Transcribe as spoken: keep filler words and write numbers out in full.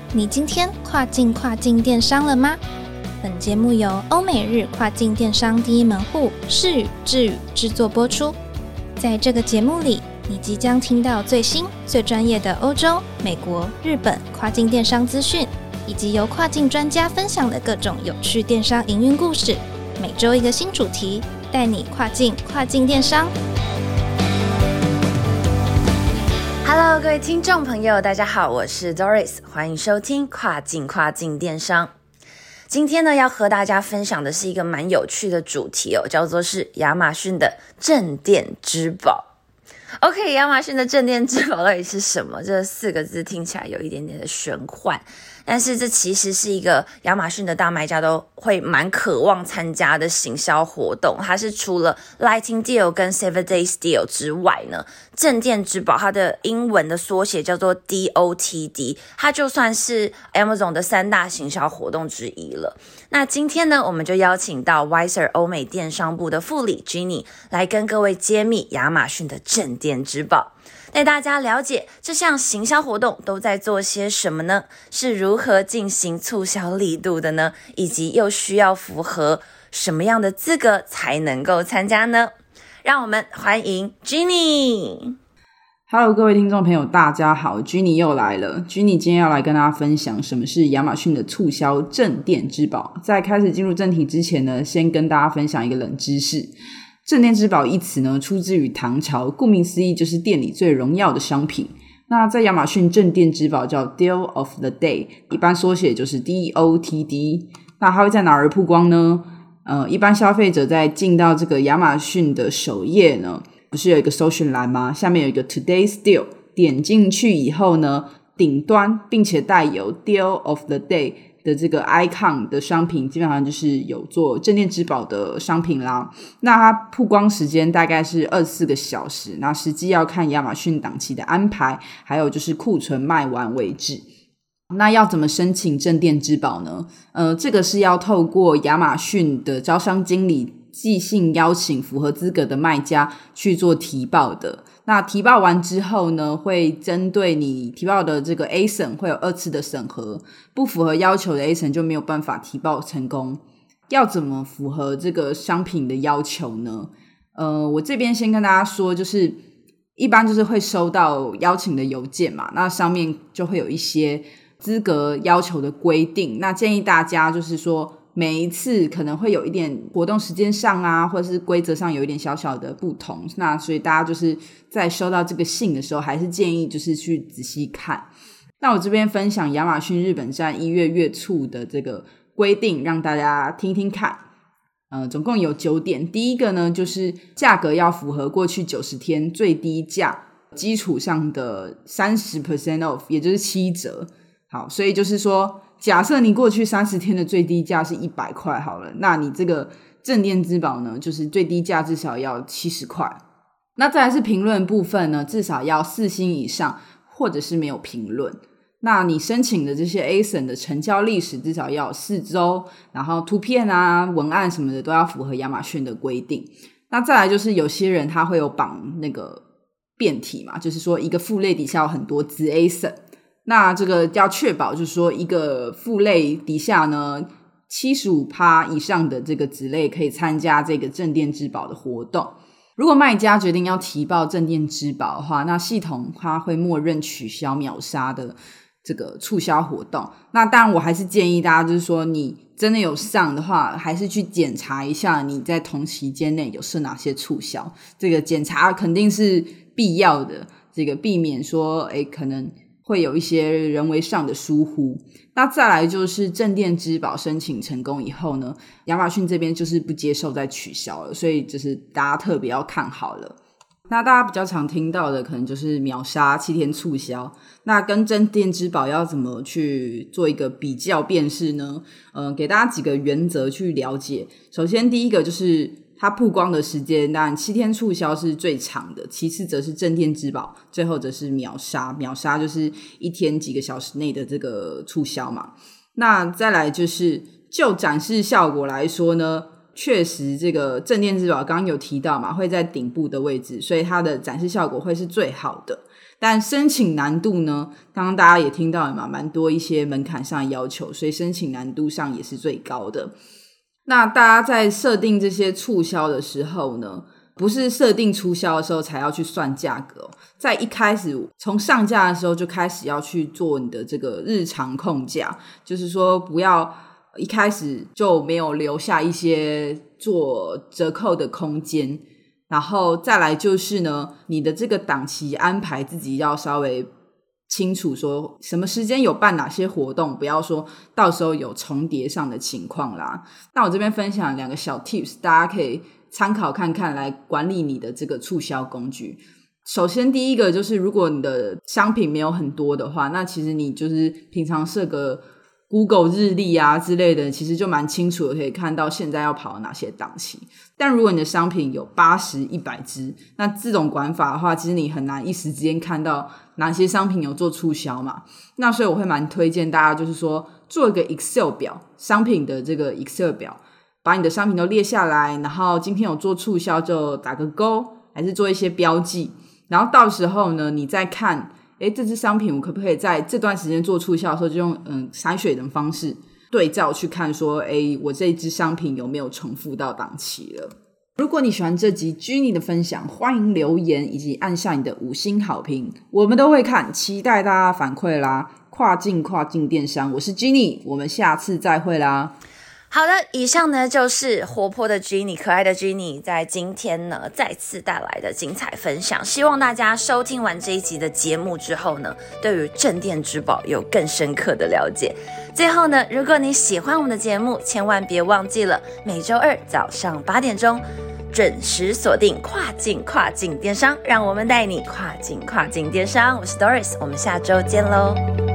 你今天跨境跨境电商了吗？本节目由欧美日跨境电商第一门户视宇智宇制作播出。在这个节目里，你即将听到最新最专业的欧洲、美国、日本跨境电商资讯，以及由跨境专家分享的各种有趣电商营运故事。每周一个新主题，带你跨境跨境电商。 Hello， 各位听众朋友，大家好，我是 Doris， 欢迎收听跨境跨境电商。今天呢，要和大家分享的是一个蛮有趣的主题哦，叫做是亚马逊的镇店之宝。OK， 亚马逊的镇店之宝到底是什么？这四个字听起来有一点点的玄幻，但是这其实是一个亚马逊的大卖家都会蛮渴望参加的行销活动。它是除了 Lightning Deal 跟 Seven Days Deal 之外呢，镇店之宝它的英文的缩写叫做 D O T D， 它就算是 Amazon 的三大行销活动之一了。那今天呢，我们就邀请到 Wiser 欧美电商部的副理 Ginny 来跟各位揭秘亚马逊的镇店之宝，带大家了解这项行销活动都在做些什么呢？是如何进行促销力度的呢？以及又需要符合什么样的资格才能够参加呢？让我们欢迎 Ginny。Hello， 各位听众朋友，大家好 ，Ginny 又来了。Ginny 今天要来跟大家分享什么是亚马逊的促销镇店之宝。在开始进入正题之前呢，先跟大家分享一个冷知识。镇店之宝一词呢，出自于唐朝，顾名思义就是店里最荣耀的商品。那在亚马逊镇店之宝叫 Deal of the Day， 一般缩写就是 D O T D。那它会在哪儿曝光呢？呃，一般消费者在进到这个亚马逊的首页呢，不是有一个搜寻栏吗？下面有一个 Today's Deal， 点进去以后呢，顶端并且带有 Deal of the Day的这个 icon 的商品，基本上就是有做镇店之宝的商品啦。那它曝光时间大概是二十四个小时，那实际要看亚马逊档期的安排，还有就是库存卖完为止。那要怎么申请镇店之宝呢？呃，这个是要透过亚马逊的招商经理寄信邀请符合资格的卖家去做提报的。那提报完之后呢，会针对你提报的这个 A 审会有二次的审核，不符合要求的 A 审就没有办法提报成功。要怎么符合这个商品的要求呢？呃，我这边先跟大家说，就是一般就是会收到邀请的邮件嘛，那上面就会有一些资格要求的规定。那建议大家就是说，每一次可能会有一点活动时间上啊，或者是规则上有一点小小的不同，那所以大家就是在收到这个信的时候，还是建议就是去仔细看。那我这边分享亚马逊日本站一月月促的这个规定，让大家听听看。呃，总共有九点。第一个呢，就是价格要符合过去九十天最低价基础上的 百分之三十 off， 也就是七折。好，所以就是说，假设你过去三十天的最低价是一百块好了，那你这个镇店之宝呢，就是最低价至少要七十块。那再来是评论部分呢，至少要四星以上，或者是没有评论。那你申请的这些 A 审的成交历史至少要有四周，然后图片啊、文案什么的都要符合亚马逊的规定。那再来就是有些人他会有绑那个变体嘛，就是说一个副类底下有很多子 A 审。那这个要确保就是说一个副类底下呢 百分之七十五 以上的这个子类可以参加这个镇店之宝的活动。如果卖家决定要提报镇店之宝的话，那系统它会默认取消秒杀的这个促销活动。那当然我还是建议大家就是说，你真的有上的话，还是去检查一下你在同期间内有设哪些促销，这个检查肯定是必要的，这个避免说诶可能会有一些人为上的疏忽。那再来就是镇店之宝申请成功以后呢，亚马逊这边就是不接受再取消了，所以就是大家特别要看好了。那大家比较常听到的可能就是秒杀七天促销，那跟镇店之宝要怎么去做一个比较辨识呢？呃，给大家几个原则去了解。首先第一个就是它曝光的时间，当然七天促销是最长的，其次则是镇店之宝，最后则是秒杀。秒杀就是一天几个小时内的这个促销嘛。那再来就是就展示效果来说呢，确实这个镇店之宝刚刚有提到嘛，会在顶部的位置，所以它的展示效果会是最好的。 但申请难度呢，刚刚大家也听到了嘛，蛮多一些门槛上的要求，所以申请难度上也是最高的。那大家在设定这些促销的时候呢，不是设定促销的时候才要去算价格哦，在一开始从上架的时候就开始要去做你的这个日常控价，就是说不要一开始就没有留下一些做折扣的空间。然后再来就是呢，你的这个档期安排自己要稍微清楚，说什么时间有办哪些活动，不要说到时候有重叠上的情况啦。那我这边分享两个小 tips， 大家可以参考看看，来管理你的这个促销工具。首先第一个就是，如果你的商品没有很多的话，那其实你就是平常设个 Google 日历啊之类的，其实就蛮清楚的，可以看到现在要跑哪些档期。但如果你的商品有八十、一百支，那这种管法的话，其实你很难一时之间看到哪些商品有做促销嘛。那所以我会蛮推荐大家就是说做一个 Excel 表，商品的这个 Excel 表，把你的商品都列下来，然后今天有做促销就打个勾，还是做一些标记，然后到时候呢你再看诶，这支商品我可不可以在这段时间做促销的时候就用嗯筛选的方式对照去看说，诶，我这一支商品有没有重复到档期了。如果你喜欢这集 Ginny 的分享，欢迎留言以及按下你的五星好评，我们都会看，期待大家反馈啦。跨境跨境电商，我是 Ginny， 我们下次再会啦。 好的，以上呢就是活泼的 Ginny， 可爱的 Ginny 在今天呢再次带来的精彩分享。希望大家收听完这一集的节目之后呢，对于镇店之宝有更深刻的了解。最后呢，如果你喜欢我们的节目，千万别忘记了每周二早上八点钟准时锁定跨境跨境电商，让我们带你跨境跨境电商。我是 Doris， 我们下周见喽。